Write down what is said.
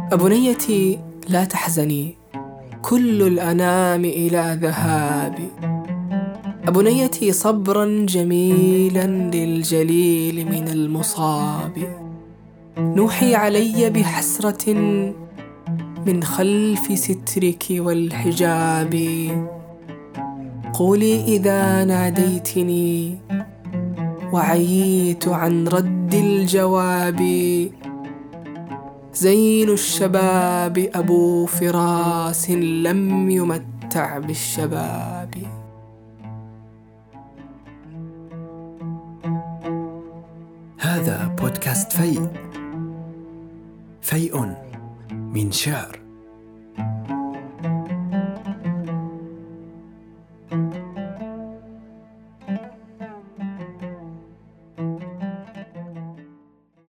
أبنيتي لا تحزني، كل الأنام إلى ذهاب. أبنيتي صبرا جميلا للجليل من المصاب. نوحي علي بحسرة من خلف سترك والحجاب. قولي إذا ناديتني وعييت عن رد الجواب. زين الشباب أبو فراس لم يمتع بالشباب. هذا بودكاست فيء من شعر.